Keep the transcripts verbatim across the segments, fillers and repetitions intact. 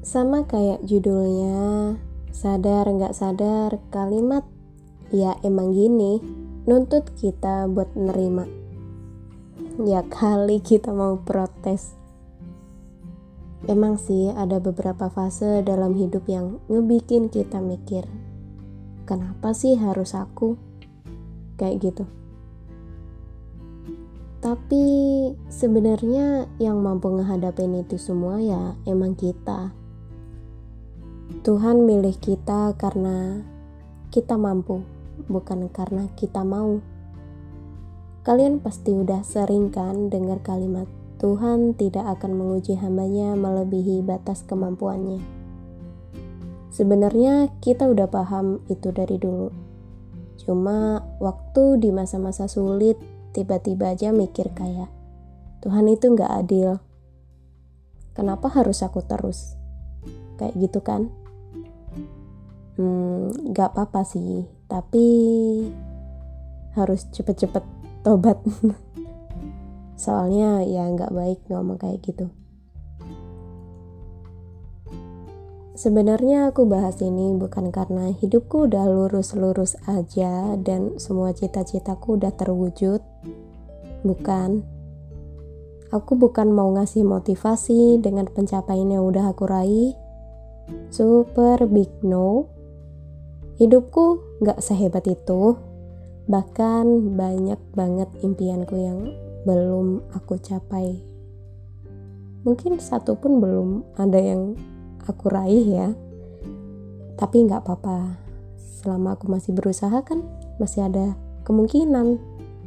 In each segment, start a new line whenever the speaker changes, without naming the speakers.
Sama kayak judulnya, sadar nggak sadar kalimat ya emang gini nuntut kita buat nerima. Ya kali kita mau protes. Emang sih ada beberapa fase dalam hidup yang ngebikin kita mikir, kenapa sih harus aku? Kayak gitu. Tapi sebenarnya yang mampu ngehadapin itu semua ya emang kita. Tuhan milih kita karena kita mampu, bukan karena kita mau. Kalian pasti udah sering kan dengar kalimat Tuhan tidak akan menguji hambanya melebihi batas kemampuannya. Sebenarnya kita udah paham itu dari dulu. Cuma waktu di masa-masa sulit tiba-tiba aja mikir kayak Tuhan itu gak adil. Kenapa harus aku terus? Kayak gitu kan? Hmm, gak apa-apa sih, tapi harus cepet-cepet tobat. Soalnya ya gak baik ngomong kayak gitu. Sebenarnya aku bahas ini bukan karena hidupku udah lurus-lurus aja dan semua cita-citaku udah terwujud. Bukan. Aku bukan mau ngasih motivasi dengan pencapaian yang udah aku raih. Super big no. Hidupku gak sehebat itu. Bahkan banyak banget impianku yang belum aku capai. Mungkin satu pun belum ada yang aku raih ya. Tapi gak apa-apa. Selama aku masih berusaha kan masih ada kemungkinan.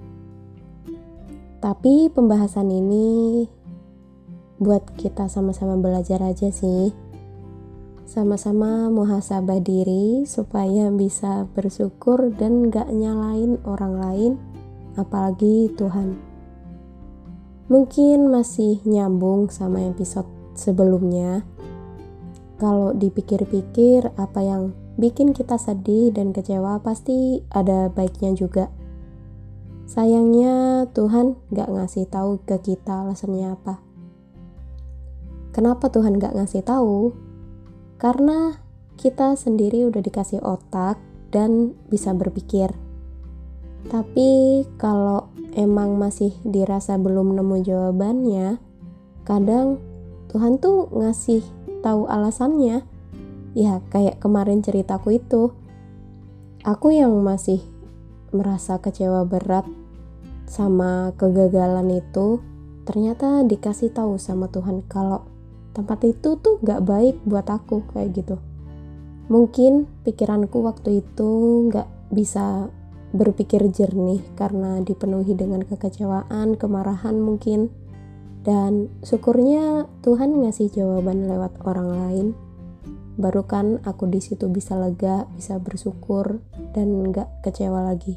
Tapi pembahasan ini buat kita sama-sama belajar aja sih. Sama-sama muhasabah diri supaya bisa bersyukur dan gak nyalain orang lain, apalagi Tuhan. Mungkin masih nyambung sama episode sebelumnya. Kalau dipikir-pikir apa yang bikin kita sedih dan kecewa pasti ada baiknya juga. Sayangnya Tuhan gak ngasih tahu ke kita alasannya apa. Kenapa Tuhan gak ngasih tahu? Karena kita sendiri udah dikasih otak dan bisa berpikir. Tapi kalau emang masih dirasa belum nemu jawabannya, kadang Tuhan tuh ngasih tahu alasannya. Ya kayak kemarin ceritaku itu. Aku yang masih merasa kecewa berat sama kegagalan itu, ternyata dikasih tahu sama Tuhan kalau tempat itu tuh gak baik buat aku, kayak gitu. Mungkin pikiranku waktu itu gak bisa berpikir jernih karena dipenuhi dengan kekecewaan, kemarahan mungkin. Dan syukurnya Tuhan ngasih jawaban lewat orang lain. Baru kan aku di situ bisa lega, bisa bersyukur dan gak kecewa lagi.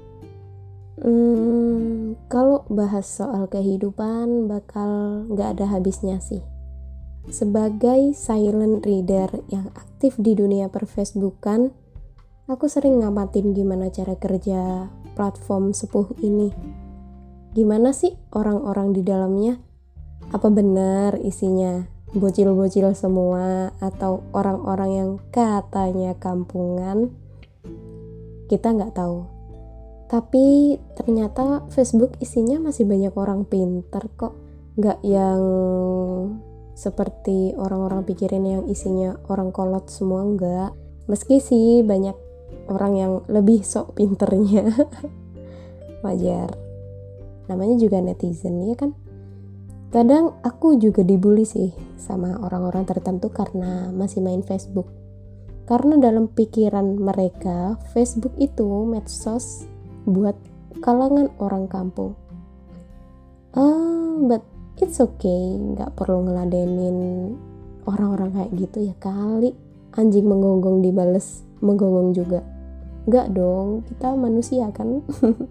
Hmm, kalau bahas soal kehidupan bakal gak ada habisnya sih. Sebagai silent reader yang aktif di dunia per-Facebookan, aku sering ngamatin gimana cara kerja platform sepuh ini. Gimana sih orang-orang di dalamnya? Apa benar isinya bocil-bocil semua atau orang-orang yang katanya kampungan? Kita nggak tahu. Tapi ternyata Facebook isinya masih banyak orang pintar kok. Nggak yang seperti orang-orang pikirin yang isinya orang kolot semua, enggak. Meski sih banyak orang yang lebih sok pinternya. Wajar. Namanya juga netizen, ya kan? Kadang aku juga dibully sih sama orang-orang tertentu karena masih main Facebook. Karena dalam pikiran mereka, Facebook itu medsos buat kalangan orang kampung. Ah, but it's okay, gak perlu ngeladenin orang-orang kayak gitu ya kali. Anjing menggonggong dibales menggonggong juga. Gak dong, kita manusia kan.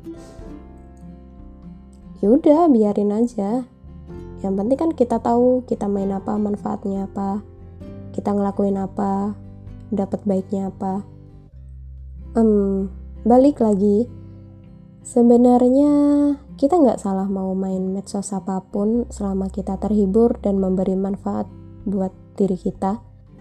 Yaudah, biarin aja. Yang penting kan kita tahu kita main apa, manfaatnya apa, kita ngelakuin apa, dapat baiknya apa. Um, balik lagi, sebenarnya kita nggak salah mau main medsos apapun selama kita terhibur dan memberi manfaat buat diri kita.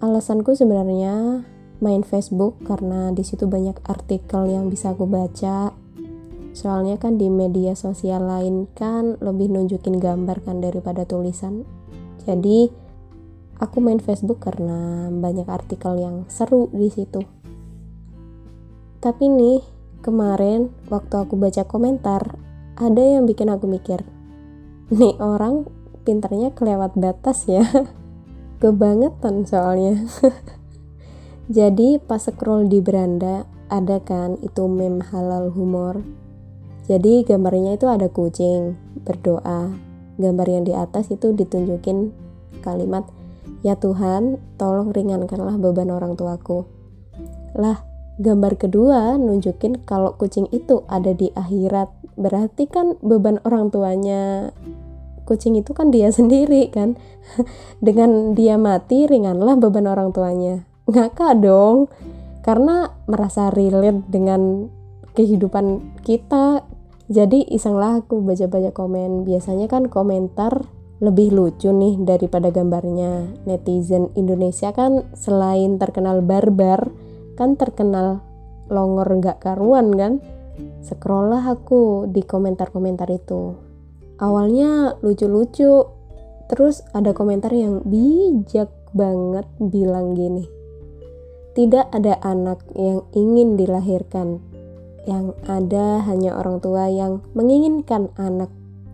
Alasanku sebenarnya main Facebook karena di situ banyak artikel yang bisa aku baca. Soalnya kan di media sosial lain kan lebih nunjukin gambar kan daripada tulisan. Jadi aku main Facebook karena banyak artikel yang seru di situ. Tapi nih, kemarin waktu aku baca komentar, ada yang bikin aku mikir, nih orang pintarnya kelewat batas ya. Kebangetan soalnya. Jadi pas scroll di beranda ada kan itu meme halal humor. Jadi gambarnya itu ada kucing berdoa. Gambar yang di atas itu ditunjukin kalimat, "Ya Tuhan, tolong ringankanlah beban orang tuaku." Lah, gambar kedua nunjukin kalau kucing itu ada di akhirat. Berarti kan beban orang tuanya kucing itu kan dia sendiri kan. Dengan dia mati, ringanlah beban orang tuanya. Ngakak dong, karena merasa relate dengan kehidupan kita. Jadi isenglah aku baca-baca komen. Biasanya kan komentar lebih lucu nih daripada gambarnya. Netizen Indonesia kan selain terkenal barbar, kan terkenal longor gak karuan kan. Scroll lah aku di komentar-komentar itu. Awalnya lucu-lucu, terus ada komentar yang bijak banget bilang gini, tidak ada anak yang ingin dilahirkan, yang ada hanya orang tua yang menginginkan anak.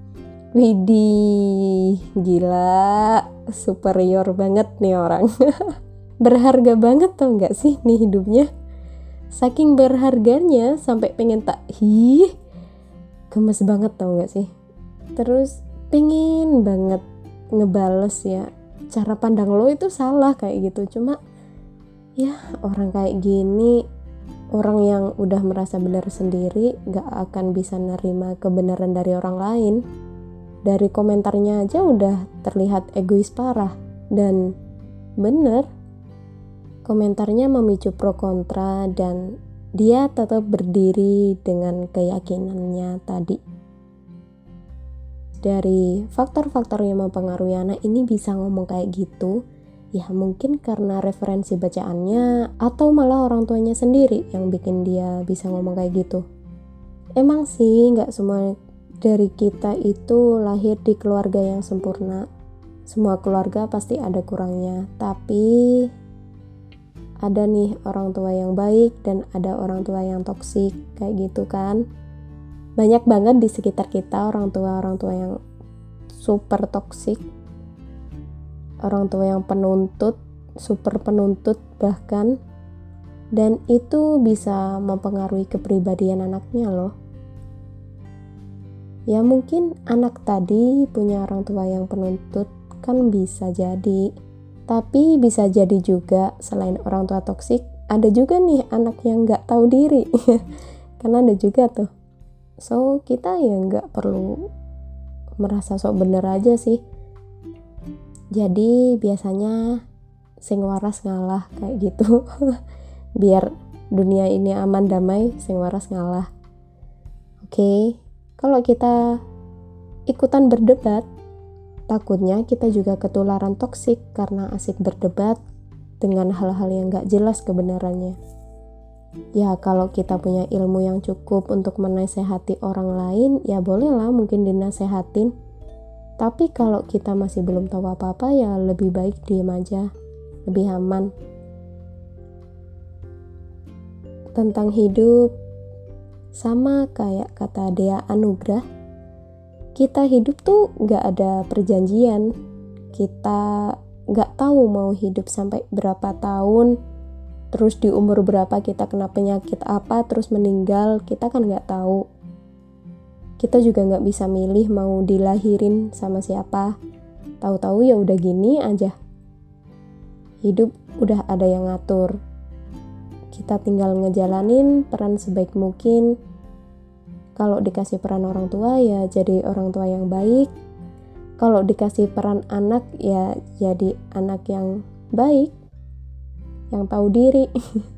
Widih, gila, superior banget nih orang. Berharga banget tau gak sih nih hidupnya. Saking berharganya sampai pengen tak, hih, gemes banget tau gak sih. Terus pengen banget ngebales ya, cara pandang lo itu salah kayak gitu. Cuma ya orang kayak gini, orang yang udah merasa benar sendiri gak akan bisa nerima kebenaran dari orang lain. Dari komentarnya aja udah terlihat egois parah. Dan bener, komentarnya memicu pro kontra dan dia tetap berdiri dengan keyakinannya tadi. Dari faktor-faktor yang mempengaruhi anak ini bisa ngomong kayak gitu, ya mungkin karena referensi bacaannya atau malah orang tuanya sendiri yang bikin dia bisa ngomong kayak gitu. Emang sih gak semua dari kita itu lahir di keluarga yang sempurna. Semua keluarga pasti ada kurangnya, tapi ada nih orang tua yang baik dan ada orang tua yang toksik kayak gitu kan. Banyak banget di sekitar kita orang tua-orang tua yang super toksik, orang tua yang penuntut, super penuntut bahkan, dan itu bisa mempengaruhi kepribadian anaknya loh. Ya mungkin anak tadi punya orang tua yang penuntut kan bisa jadi, tapi bisa jadi juga selain orang tua toksik, ada juga nih anak yang gak tahu diri. Karena ada juga tuh. So kita ya nggak perlu merasa sok bener aja sih. Jadi biasanya sing waras ngalah kayak gitu. Biar dunia ini aman damai, sing waras ngalah. Oke, kalau kita ikutan berdebat, takutnya kita juga ketularan toksik karena asik berdebat dengan hal-hal yang nggak jelas kebenarannya. Ya kalau kita punya ilmu yang cukup untuk menasehati orang lain, ya bolehlah mungkin dinasehatin. Tapi kalau kita masih belum tahu apa-apa, ya lebih baik diam aja, lebih aman. Tentang hidup, sama kayak kata Dea Anugrah, kita hidup tuh gak ada perjanjian. Kita gak tahu mau hidup sampai berapa tahun, terus di umur berapa kita kena penyakit apa, terus meninggal, kita kan gak tahu. Kita juga gak bisa milih mau dilahirin sama siapa. Tahu-tahu ya udah gini aja. Hidup udah ada yang ngatur. Kita tinggal ngejalanin peran sebaik mungkin. Kalau dikasih peran orang tua ya jadi orang tua yang baik. Kalau dikasih peran anak ya jadi anak yang baik, yang tahu diri.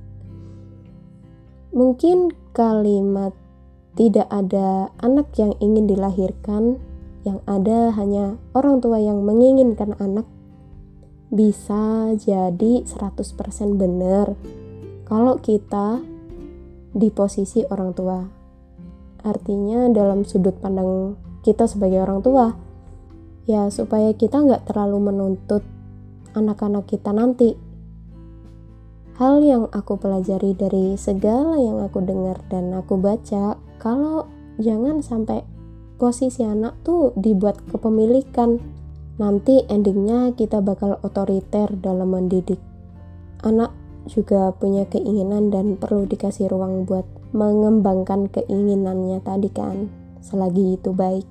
Mungkin kalimat tidak ada anak yang ingin dilahirkan, yang ada hanya orang tua yang menginginkan anak, bisa jadi seratus persen benar kalau kita di posisi orang tua. Artinya dalam sudut pandang kita sebagai orang tua, ya supaya kita nggak terlalu menuntut anak-anak kita nanti. Hal yang aku pelajari dari segala yang aku dengar dan aku baca, kalau jangan sampai posisi anak tuh dibuat kepemilikan. Nanti endingnya kita bakal otoriter dalam mendidik. Anak juga punya keinginan dan perlu dikasih ruang buat mengembangkan keinginannya tadi kan, selagi itu baik.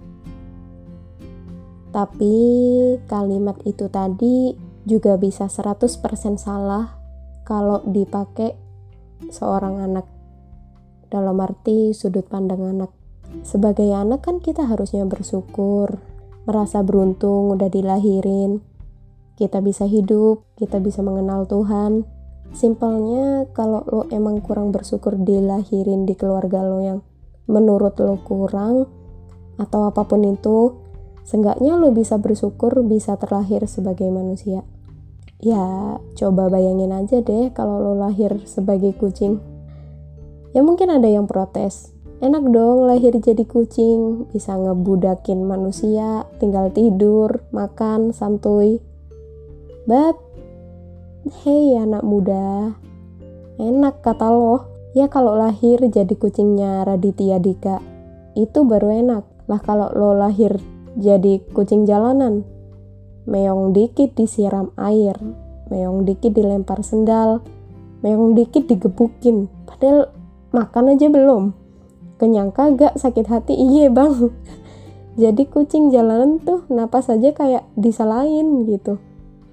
Tapi kalimat itu tadi juga bisa seratus persen salah kalau dipakai seorang anak, dalam arti sudut pandang anak. Sebagai anak kan kita harusnya bersyukur, merasa beruntung udah dilahirin, kita bisa hidup, kita bisa mengenal Tuhan. Simpelnya kalau lo emang kurang bersyukur dilahirin di keluarga lo yang menurut lo kurang atau apapun itu, seenggaknya lo bisa bersyukur bisa terlahir sebagai manusia. Ya coba bayangin aja deh kalau lo lahir sebagai kucing. Ya mungkin ada yang protes, enak dong lahir jadi kucing, bisa ngebudakin manusia, tinggal tidur, makan, santuy. But, hey anak muda, enak kata lo. Ya kalau lahir jadi kucingnya Raditya Dika, itu baru enak. Lah kalau lo lahir jadi kucing jalanan, meong dikit disiram air, meong dikit dilempar sendal, meong dikit digebukin, padahal makan aja belum. Kenyang kagak, sakit hati, iye bang. Jadi kucing jalanan tuh napas aja kayak disalahin gitu.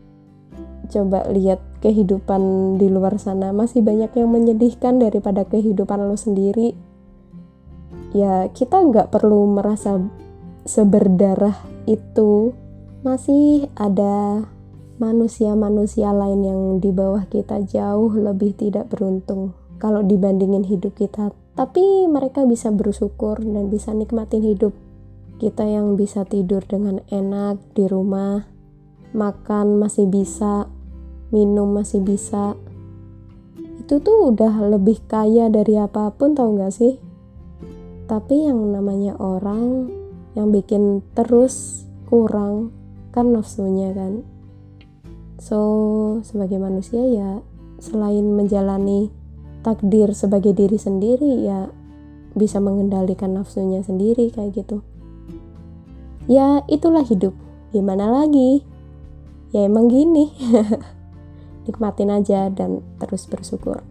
Coba lihat kehidupan di luar sana, masih banyak yang menyedihkan daripada kehidupan lo sendiri. Ya kita gak perlu merasa seberdarah itu. Masih ada manusia-manusia lain yang di bawah kita jauh lebih tidak beruntung kalau dibandingin hidup kita. Tapi mereka bisa bersyukur dan bisa nikmatin hidup. Kita yang bisa tidur dengan enak di rumah, makan masih bisa, minum masih bisa, itu tuh udah lebih kaya dari apapun, tau gak sih? Tapi yang namanya orang yang bikin terus kurang kan nafsunya kan. So sebagai manusia ya selain menjalani takdir sebagai diri sendiri, ya bisa mengendalikan nafsunya sendiri kayak gitu. Ya itulah hidup, gimana lagi? Ya emang gini. Nikmatin aja dan terus bersyukur.